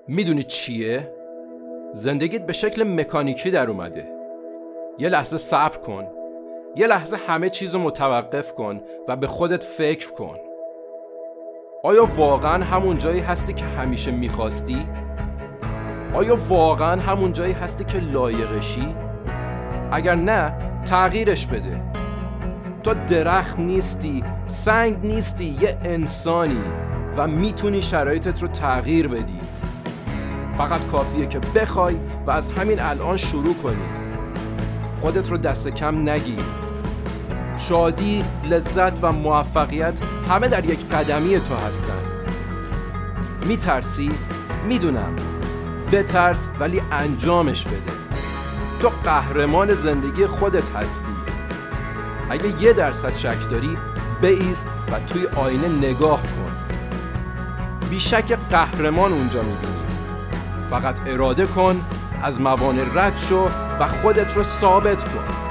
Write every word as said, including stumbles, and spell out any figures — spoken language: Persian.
میدونی چیه؟ زندگیت به شکل مکانیکی در اومده. یه لحظه صبر کن. یه لحظه همه چیزو متوقف کن و به خودت فکر کن. آیا واقعا همون جایی هستی که همیشه میخواستی؟ آیا واقعا همون جایی هستی که لایقشی؟ اگر نه، تغییرش بده. تو درخت نیستی، سنگ نیستی، یه انسانی و میتونی شرایطت رو تغییر بدی. فقط کافیه که بخوای و از همین الان شروع کنی. خودت رو دست کم نگیر. شادی، لذت و موفقیت همه در یک قدمی تو هستن. میترسی؟ میدونم. بترس ولی انجامش بده. تو قهرمان زندگی خودت هستی. اگه یه درصد شک داری، بایست و توی آینه نگاه کن. بیشک قهرمان اونجا میبینی. فقط اراده کن، از موانع رد شو و خودت رو ثابت کن.